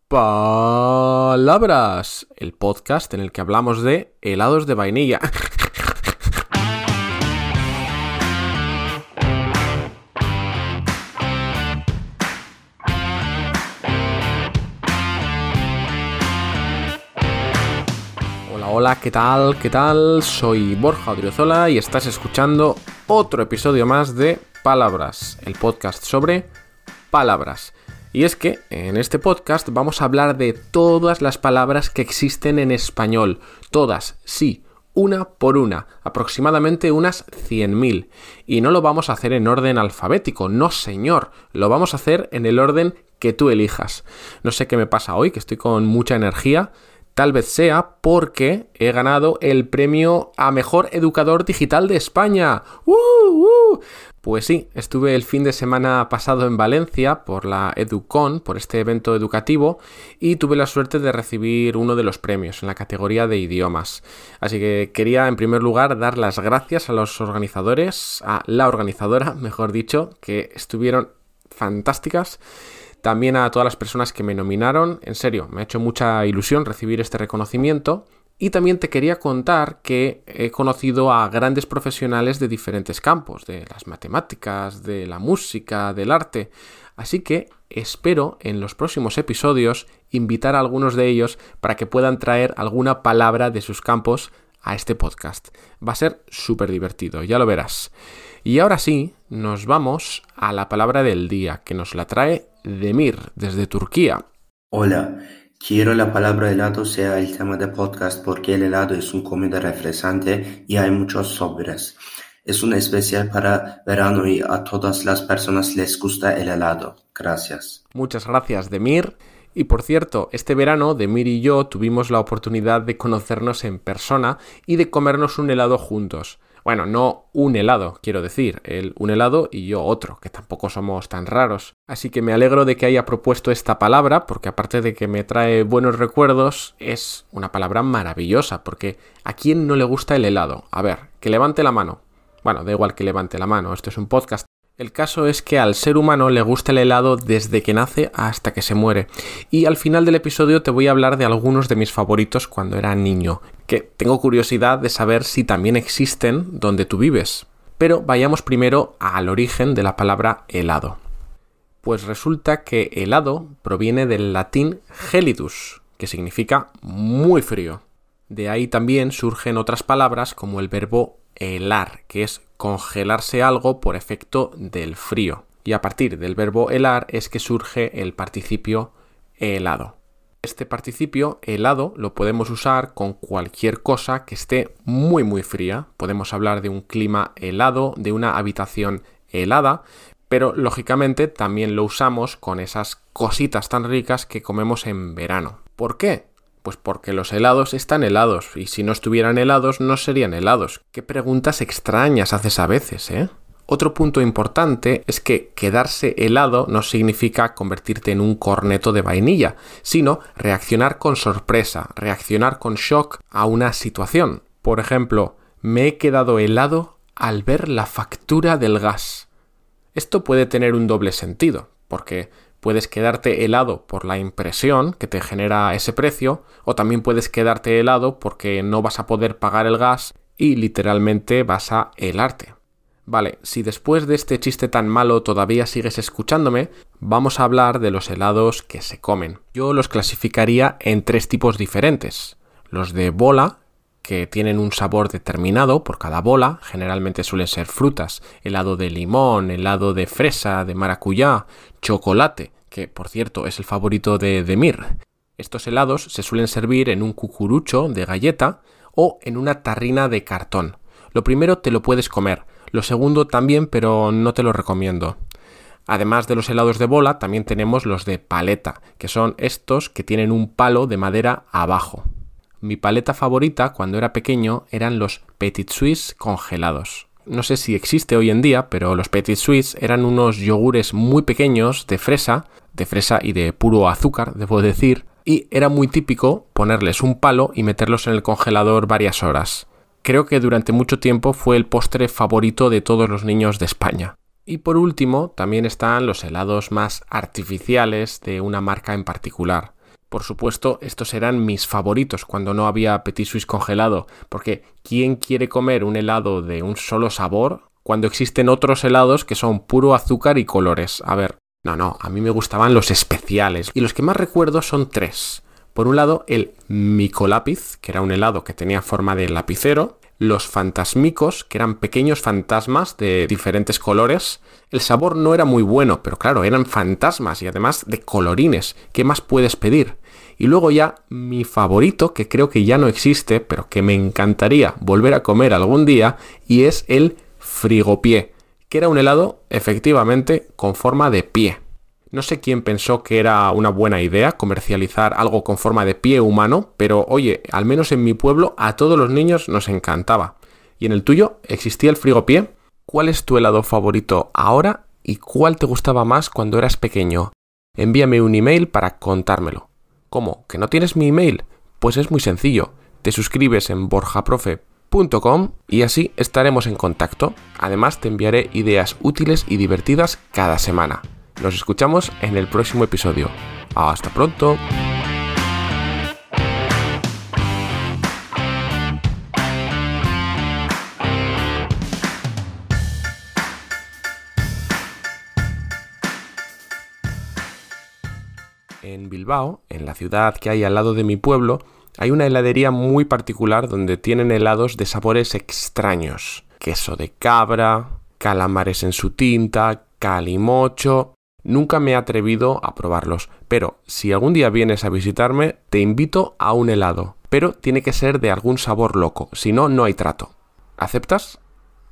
Palabras, el podcast en el que hablamos de helados de vainilla. Hola, ¿qué tal? ¿Qué tal? Soy Borja Odriozola y estás escuchando otro episodio más de Palabras, el podcast sobre palabras. Y es que en este podcast vamos a hablar de todas las palabras que existen en español. Todas, sí, una por una, aproximadamente unas 100.000. Y no lo vamos a hacer en orden alfabético, no señor, lo vamos a hacer en el orden que tú elijas. No sé qué me pasa hoy, que estoy con mucha energía. Tal vez sea porque he ganado el premio a Mejor Educador Digital de España. Pues sí, estuve el fin de semana pasado en Valencia por la EduCon, por este evento educativo, y tuve la suerte de recibir uno de los premios en la categoría de idiomas. Así que quería, en primer lugar, dar las gracias a los organizadores, a la organizadora, mejor dicho, que estuvieron fantásticas. También a todas las personas que me nominaron. En serio, me ha hecho mucha ilusión recibir este reconocimiento. Y también te quería contar que he conocido a grandes profesionales de diferentes campos, de las matemáticas, de la música, del arte. Así que espero en los próximos episodios invitar a algunos de ellos para que puedan traer alguna palabra de sus campos a este podcast. Va a ser súper divertido, ya lo verás. Y ahora sí, nos vamos a la palabra del día, que nos la trae Demir, desde Turquía. Hola, quiero la palabra helado sea el tema del podcast porque el helado es una comida refrescante y hay muchos sabores. Es un especial para verano y a todas las personas les gusta el helado. Gracias. Muchas gracias, Demir. Y por cierto, este verano Demir y yo tuvimos la oportunidad de conocernos en persona y de comernos un helado juntos. Bueno, no un helado, quiero decir, él un helado y yo otro, que tampoco somos tan raros. Así que me alegro de que haya propuesto esta palabra, porque aparte de que me trae buenos recuerdos, es una palabra maravillosa, porque ¿a quién no le gusta el helado? A ver, que levante la mano. Bueno, da igual que levante la mano, esto es un podcast. El caso es que al ser humano le gusta el helado desde que nace hasta que se muere. Y al final del episodio te voy a hablar de algunos de mis favoritos cuando era niño, que tengo curiosidad de saber si también existen donde tú vives. Pero vayamos primero al origen de la palabra helado. Pues resulta que helado proviene del latín gelidus, que significa muy frío. De ahí también surgen otras palabras como el verbo helar, que es congelarse algo por efecto del frío. Y a partir del verbo helar es que surge el participio helado. Este participio helado lo podemos usar con cualquier cosa que esté muy muy fría. Podemos hablar de un clima helado, de una habitación helada, pero lógicamente también lo usamos con esas cositas tan ricas que comemos en verano. ¿Por qué? Pues porque los helados están helados, y si no estuvieran helados no serían helados. ¿Qué preguntas extrañas haces a veces, eh? Otro punto importante es que quedarse helado no significa convertirte en un corneto de vainilla, sino reaccionar con sorpresa, reaccionar con shock a una situación. Por ejemplo, me he quedado helado al ver la factura del gas. Esto puede tener un doble sentido, porque puedes quedarte helado por la impresión que te genera ese precio, o también puedes quedarte helado porque no vas a poder pagar el gas y literalmente vas a helarte. Vale, si después de este chiste tan malo todavía sigues escuchándome, vamos a hablar de los helados que se comen. Yo los clasificaría en 3 tipos diferentes. Los de bola, que tienen un sabor determinado por cada bola, generalmente suelen ser frutas, helado de limón, helado de fresa, de maracuyá, chocolate, que por cierto es el favorito de Demir. Estos helados se suelen servir en un cucurucho de galleta o en una tarrina de cartón. Lo primero te lo puedes comer, lo segundo también, pero no te lo recomiendo. Además de los helados de bola, también tenemos los de paleta, que son estos que tienen un palo de madera abajo. Mi paleta favorita cuando era pequeño eran los Petit Suisse congelados. No sé si existe hoy en día, pero los Petit Suisse eran unos yogures muy pequeños de fresa y de puro azúcar, debo decir, y era muy típico ponerles un palo y meterlos en el congelador varias horas. Creo que durante mucho tiempo fue el postre favorito de todos los niños de España. Y por último, también están los helados más artificiales de una marca en particular. Por supuesto, estos eran mis favoritos cuando no había Petit Suisse congelado, porque ¿quién quiere comer un helado de un solo sabor cuando existen otros helados que son puro azúcar y colores? A ver, no, a mí me gustaban los especiales, y los que más recuerdo son 3. Por un lado, el Micolápiz, que era un helado que tenía forma de lapicero, los Fantasmicos, que eran pequeños fantasmas de diferentes colores. El sabor no era muy bueno, pero claro, eran fantasmas y además de colorines. ¿Qué más puedes pedir? Y luego ya mi favorito, que creo que ya no existe, pero que me encantaría volver a comer algún día, y es el Frigopié, que era un helado efectivamente con forma de pie. No sé quién pensó que era una buena idea comercializar algo con forma de pie humano, pero oye, al menos en mi pueblo a todos los niños nos encantaba. ¿Y en el tuyo existía el Frigopié? ¿Cuál es tu helado favorito ahora y cuál te gustaba más cuando eras pequeño? Envíame un email para contármelo. ¿Cómo? ¿Que no tienes mi email? Pues es muy sencillo. Te suscribes en borjaprofe.com y así estaremos en contacto. Además te enviaré ideas útiles y divertidas cada semana. Nos escuchamos en el próximo episodio. ¡Hasta pronto! En Bilbao, en la ciudad que hay al lado de mi pueblo, hay una heladería muy particular donde tienen helados de sabores extraños. Queso de cabra, calamares en su tinta, calimocho. Nunca me he atrevido a probarlos, pero si algún día vienes a visitarme, te invito a un helado. Pero tiene que ser de algún sabor loco, si no, no hay trato. ¿Aceptas?